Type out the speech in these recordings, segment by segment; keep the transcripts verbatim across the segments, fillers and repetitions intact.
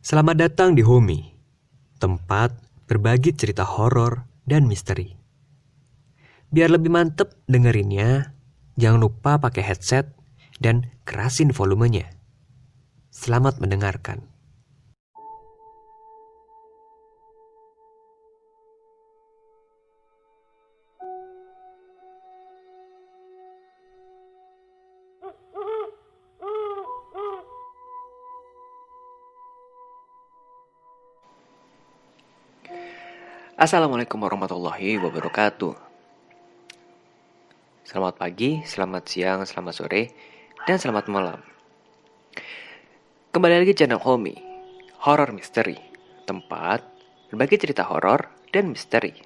Selamat datang di Homey, tempat berbagi cerita horor dan misteri. Biar lebih mantep dengerinnya, jangan lupa pakai headset dan kerasin volumenya. Selamat mendengarkan. Assalamualaikum warahmatullahi wabarakatuh. Selamat pagi, selamat siang, selamat sore, dan selamat malam. Kembali lagi channel Homey, Horror Misteri, tempat berbagi cerita horor dan misteri.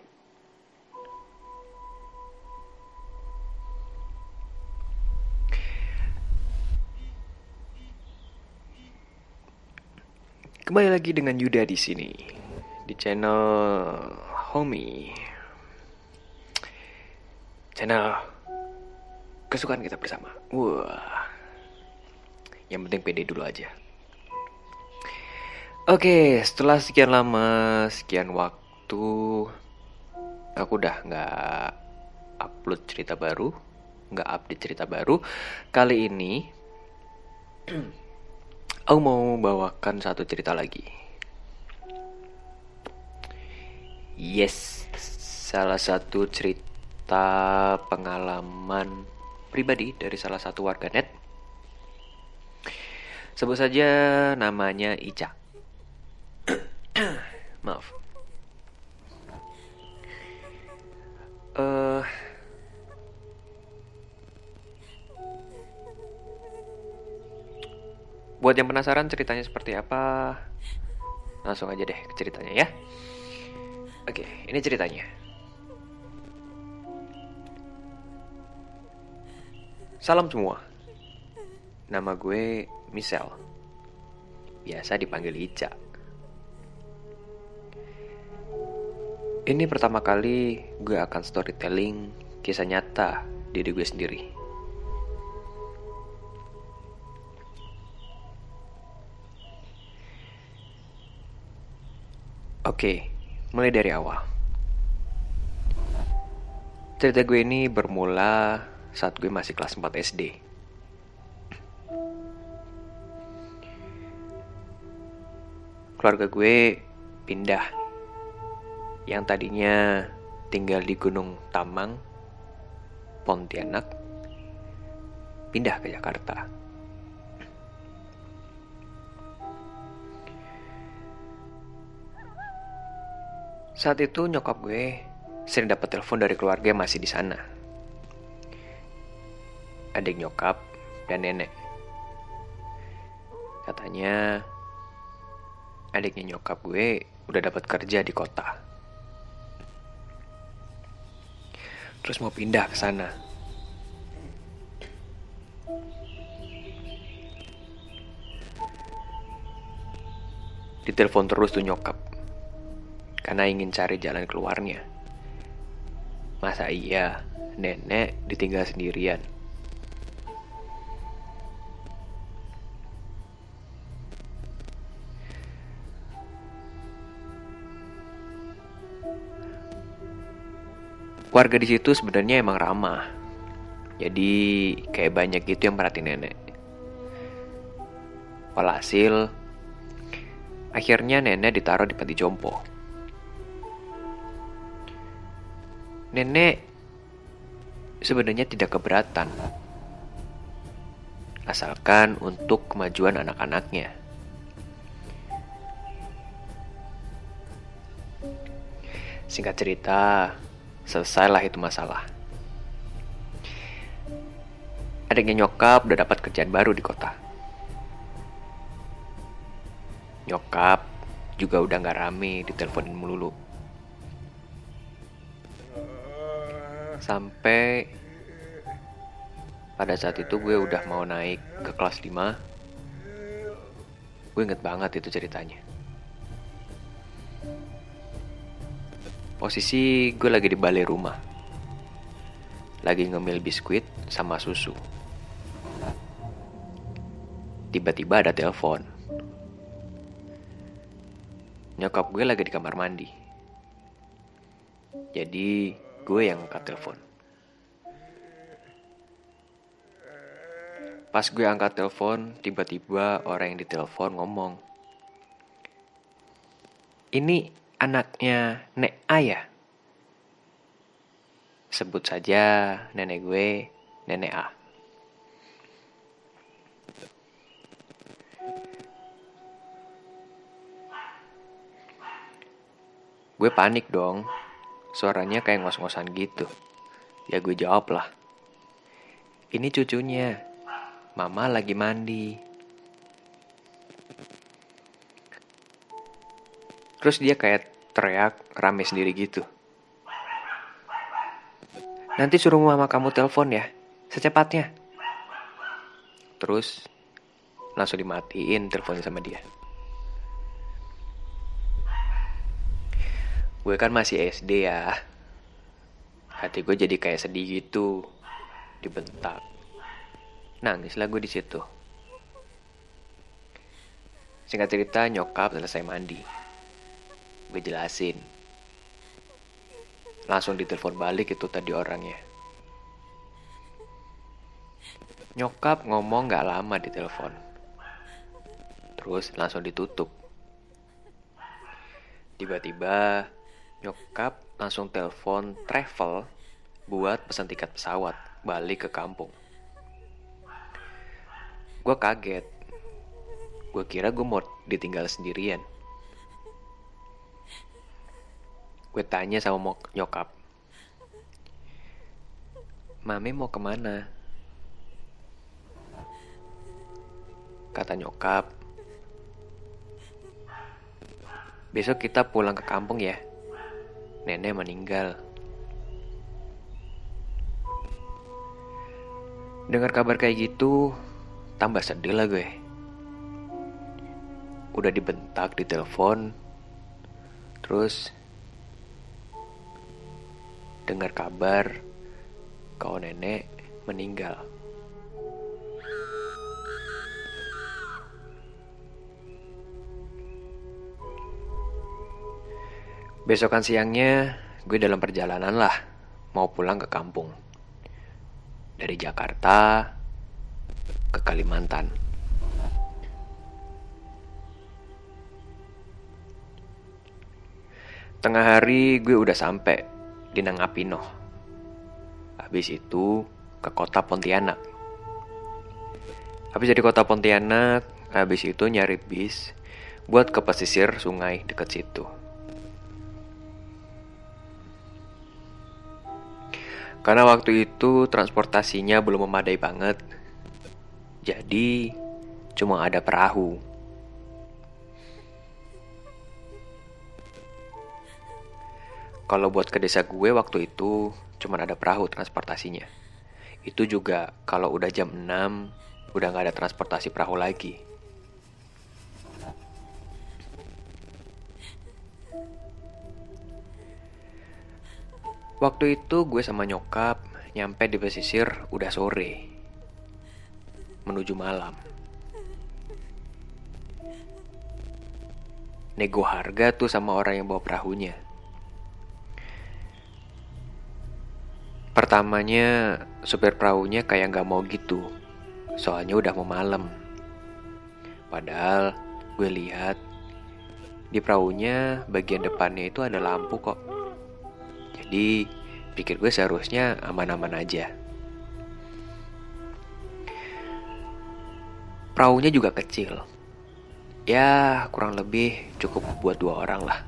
Kembali lagi dengan Yuda di sini di channel Homey, channel kesukaan kita bersama. Wah, yang penting pede dulu aja. Oke, setelah sekian lama, sekian waktu, aku udah nggak upload cerita baru, nggak update cerita baru. Kali ini, aku mau bawakan satu cerita lagi. Yes, salah satu cerita pengalaman pribadi dari salah satu warganet. Sebut saja namanya Ica. Maaf. Uh, buat yang penasaran ceritanya seperti apa, langsung aja deh ke ceritanya ya. Oke, ini ceritanya. Salam semua. Nama gue Michelle. Biasa dipanggil Ica. Ini pertama kali gue akan storytelling kisah nyata diri gue sendiri. Oke, mulai dari awal. Cerita gue ini bermula saat gue masih kelas empat S D. Keluarga gue pindah. Yang tadinya tinggal di Gunung Tamang, Pontianak, pindah ke Jakarta. Saat itu nyokap gue sering dapat telepon dari keluarga yang masih di sana. Adik nyokap dan nenek. Katanya adiknya nyokap gue udah dapat kerja di kota. Terus mau pindah ke sana. Ditelepon terus tuh nyokap. Karena ingin cari jalan keluarnya. Masa iya nenek ditinggal sendirian? Warga di situ sebenarnya emang ramah. Jadi kayak banyak gitu yang perhatiin nenek. Walhasil, akhirnya nenek ditaruh di panti jompo. Nenek sebenarnya tidak keberatan, asalkan untuk kemajuan anak-anaknya. Singkat cerita, selesailah itu masalah. Adiknya nyokap udah dapat kerjaan baru di kota. Nyokap juga udah gak rame diteleponin melulu. Sampai pada saat itu gue udah mau naik ke kelas lima. Gue inget banget itu ceritanya. Posisi gue lagi di balai rumah. Lagi ngemil biskuit sama susu. Tiba-tiba ada telepon. nyokap gue lagi di kamar mandi. Jadi gue yang angkat telepon. Pas gue angkat telepon, tiba-tiba orang yang ditelepon ngomong, "Ini anaknya Nek A ya?" Sebut saja nenek gue, Nenek A. Gue panik dong, suaranya kayak ngos-ngosan gitu. Ya gue jawab lah, "Ini cucunya, mama lagi mandi." Terus dia kayak teriak rame sendiri gitu, "Nanti suruh mama kamu telepon ya, secepatnya." Terus langsung dimatiin teleponnya sama dia. Gue kan masih S D ya. Hati gue jadi kayak sedih gitu, dibentak. Nangislah gue di situ. Singkat cerita, nyokap selesai mandi. Gue jelasin. Langsung ditelepon balik itu tadi orangnya. Nyokap ngomong gak lama di telepon. Terus langsung ditutup. Tiba-tiba nyokap langsung telepon travel buat pesan tiket pesawat balik ke kampung. Gue kaget. Gue kira gue mau ditinggal sendirian. Gue tanya sama nyokap, "Mami mau kemana?" Kata nyokap, "Besok kita pulang ke kampung ya. Nenek meninggal." Dengar kabar kayak gitu, tambah sedih lah gue. Udah dibentak di telepon, terus dengar kabar kalau nenek meninggal. Besokan siangnya, gue dalam perjalanan lah, mau pulang ke kampung. Dari Jakarta ke Kalimantan. Tengah hari gue udah sampai di Nangapino. Habis itu ke kota Pontianak. Habis dari kota Pontianak, habis itu nyari bis buat ke pesisir sungai dekat situ. Karena waktu itu transportasinya belum memadai banget. Jadi cuma ada perahu. Kalau buat ke desa gue waktu itu cuma ada perahu transportasinya. Itu juga kalau udah jam enam udah gak ada transportasi perahu lagi. Waktu itu gue sama nyokap nyampe di pesisir udah sore, menuju malam. Nego harga tuh sama orang yang bawa perahunya. Pertamanya supir perahunya kayak gak mau gitu, soalnya udah mau malam. Padahal gue lihat di perahunya bagian depannya itu ada lampu kok. Jadi pikir gue seharusnya aman-aman aja. Perahunya juga kecil. Ya kurang lebih cukup buat dua orang lah.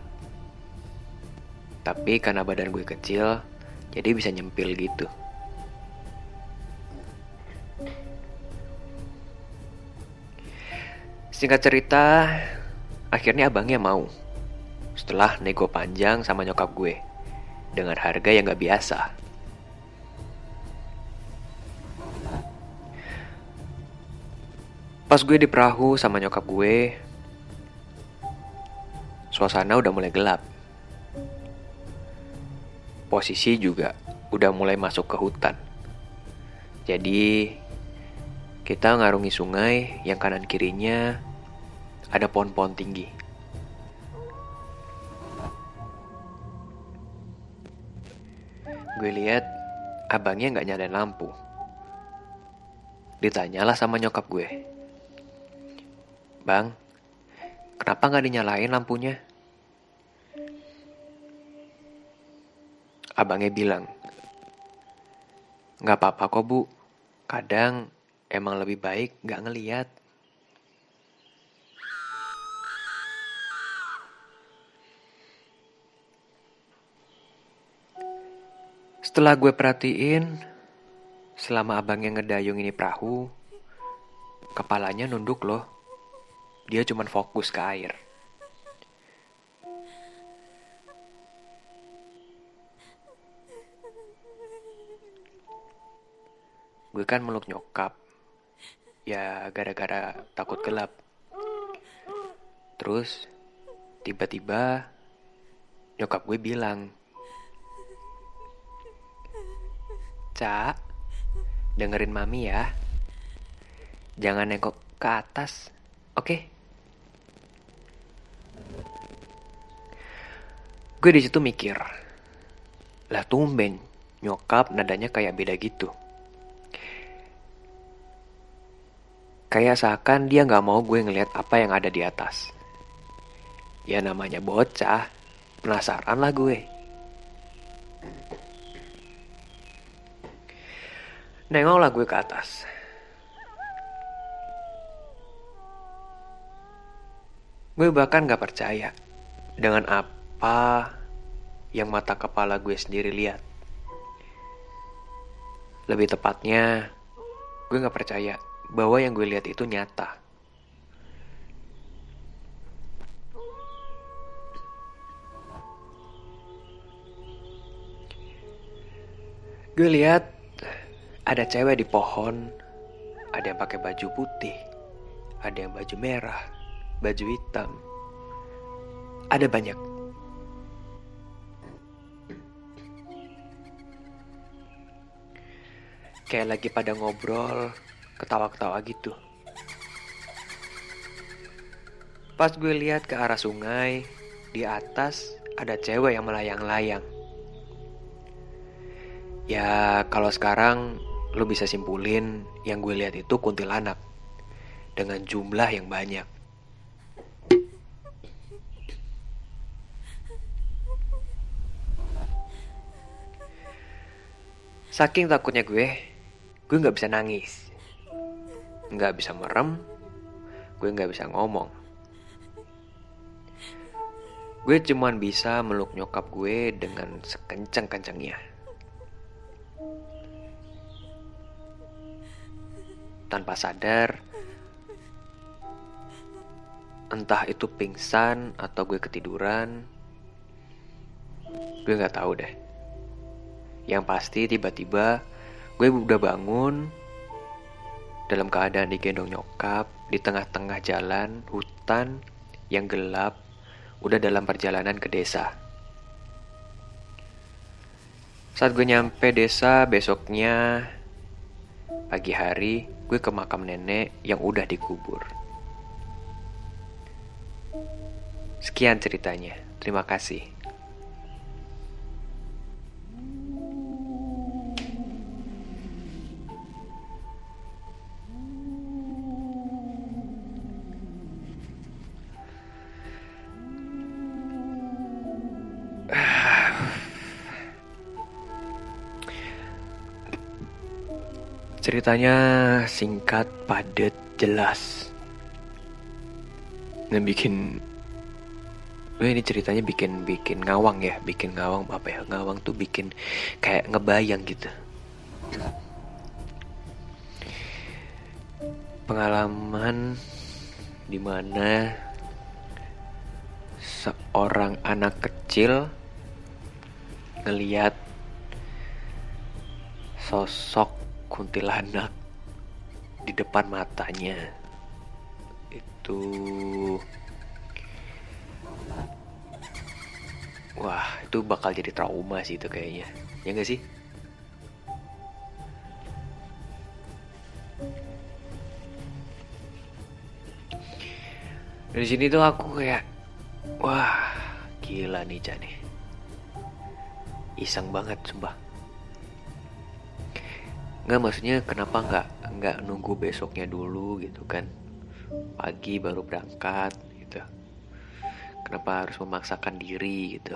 Tapi karena badan gue kecil, jadi bisa nyempil gitu. Singkat cerita, akhirnya abangnya mau. Setelah nego panjang sama nyokap gue dengan harga yang gak biasa. Pas gue di perahu sama nyokap gue, suasana udah mulai gelap. Posisi juga udah mulai masuk ke hutan. Jadi kita ngarungi sungai yang kanan kirinya ada pohon-pohon tinggi. Gue lihat abangnya nggak nyalain lampu. Ditanyalah sama nyokap gue, "Bang, kenapa nggak dinyalain lampunya?" Abangnya bilang, "Nggak apa-apa kok bu, kadang emang lebih baik nggak ngeliat." Setelah gue perhatiin, selama abangnya ngedayung ini perahu, kepalanya nunduk loh. Dia cuman fokus ke air. Gue kan meluk nyokap. Ya gara-gara takut gelap. Terus tiba-tiba nyokap gue bilang, "Cak, dengerin mami ya. Jangan nengok ke atas, oke?" Gue di situ mikir, lah tumben nyokap nadanya kayak beda gitu. Kayak seakan dia gak mau gue ngeliat apa yang ada di atas. Ya namanya bocah, penasaran lah gue. Nengoklah gue ke atas. Gue bahkan gak percaya dengan apa yang mata kepala gue sendiri lihat. Lebih tepatnya, gue gak percaya bahwa yang gue lihat itu nyata. Gue lihat ada cewek di pohon, ada yang pakai baju putih, ada yang baju merah, baju hitam, ada banyak. Kayak lagi pada ngobrol, ketawa-ketawa gitu. Pas gue lihat ke arah sungai, di atas ada cewek yang melayang-layang. Ya kalau sekarang lu bisa simpulin yang gue lihat itu kuntilanak dengan jumlah yang banyak. Saking takutnya gue, gue gak bisa nangis, gak bisa merem, gue gak bisa ngomong. Gue cuman bisa meluk nyokap gue dengan sekencang-kencangnya. Tanpa sadar, entah itu pingsan atau gue ketiduran, gue gak tahu deh. Yang pasti tiba-tiba gue udah bangun dalam keadaan digendong nyokap di tengah-tengah jalan hutan yang gelap, udah dalam perjalanan ke desa. Saat gue nyampe desa besoknya pagi hari, gue ke makam nenek yang udah dikubur. Sekian ceritanya. Terima kasih. Ceritanya singkat, padat, jelas. Dan bikin, oh ini ceritanya bikin bikin ngawang ya, bikin ngawang apa ya? Ngawang tuh bikin kayak ngebayang gitu. Pengalaman dimana seorang anak kecil ngeliat sosok kuntilanak di depan matanya. Itu wah, itu bakal jadi trauma sih itu kayaknya. Ya gak sih? Dari sini tuh aku kayak, wah, gila nih Ca nih. Iseng banget sumpah. Nggak, maksudnya kenapa nggak nggak nunggu besoknya dulu gitu kan, pagi baru berangkat gitu. Kenapa harus memaksakan diri gitu.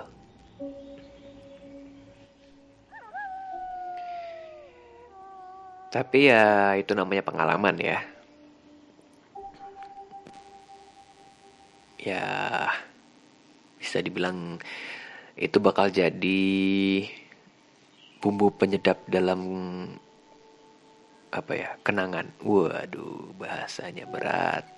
Tapi ya itu namanya pengalaman ya. Ya bisa dibilang itu bakal jadi bumbu penyedap dalam apa ya, kenangan. Waduh, bahasanya berat.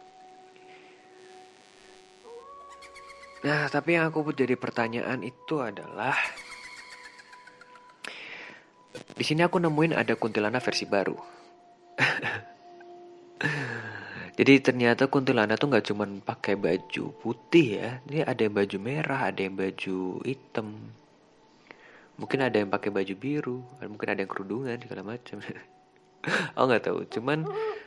Nah, tapi yang aku jadi pertanyaan itu adalah, di sini aku nemuin ada kuntilanak versi baru. Jadi ternyata kuntilanak tuh nggak cuman pakai baju putih ya, dia ada yang baju merah, ada yang baju hitam, mungkin ada yang pakai baju biru, mungkin ada yang kerudungan segala macam. Oh nggak tahu, cuman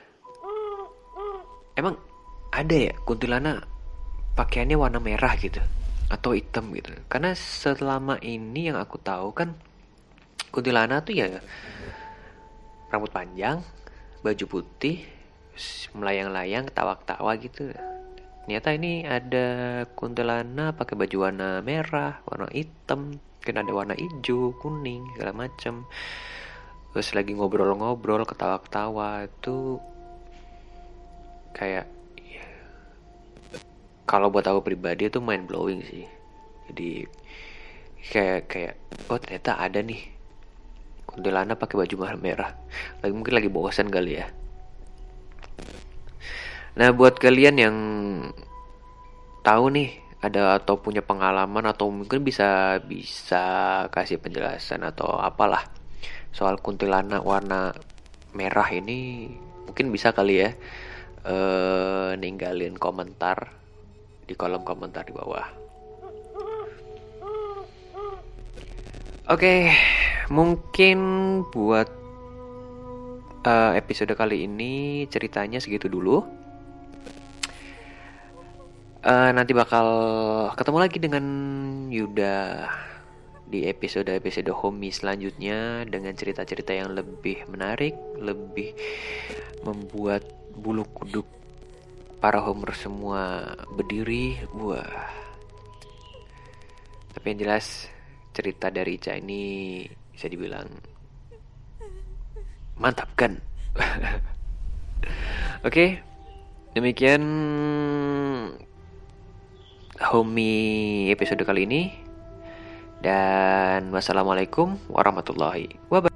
emang ada ya kuntilanak pakaiannya warna merah gitu atau hitam gitu. Karena selama ini yang aku tahu kan kuntilanak tuh ya rambut panjang, baju putih, melayang-layang, ketawa-ketawa gitu. Ternyata ini ada kuntilanak pakai baju warna merah, warna hitam, mungkin ada warna hijau, kuning, segala macam. Terus lagi ngobrol-ngobrol, ketawa-ketawa, itu kayak ya, kalau buat aku pribadi itu mind blowing sih. Jadi kayak kayak oh ternyata ada nih kuntilanak pakai baju warna merah. Lagi mungkin lagi bosan kali ya. Nah, buat kalian yang tahu nih ada atau punya pengalaman atau mungkin bisa bisa kasih penjelasan atau apalah soal kuntilanak warna merah ini, mungkin bisa kali ya eh, ninggalin komentar di kolom komentar di bawah. Oke, mungkin buat uh, episode kali ini ceritanya segitu dulu. Uh, nanti bakal ketemu lagi dengan Yuda di episode-episode Homie selanjutnya dengan cerita-cerita yang lebih menarik, lebih membuat bulu kuduk para homer semua berdiri. Wah. Tapi yang jelas cerita dari Ica ini bisa dibilang mantap kan? Oke, okay, demikian Homie episode kali ini. Dan wassalamualaikum warahmatullahi wabarakatuh.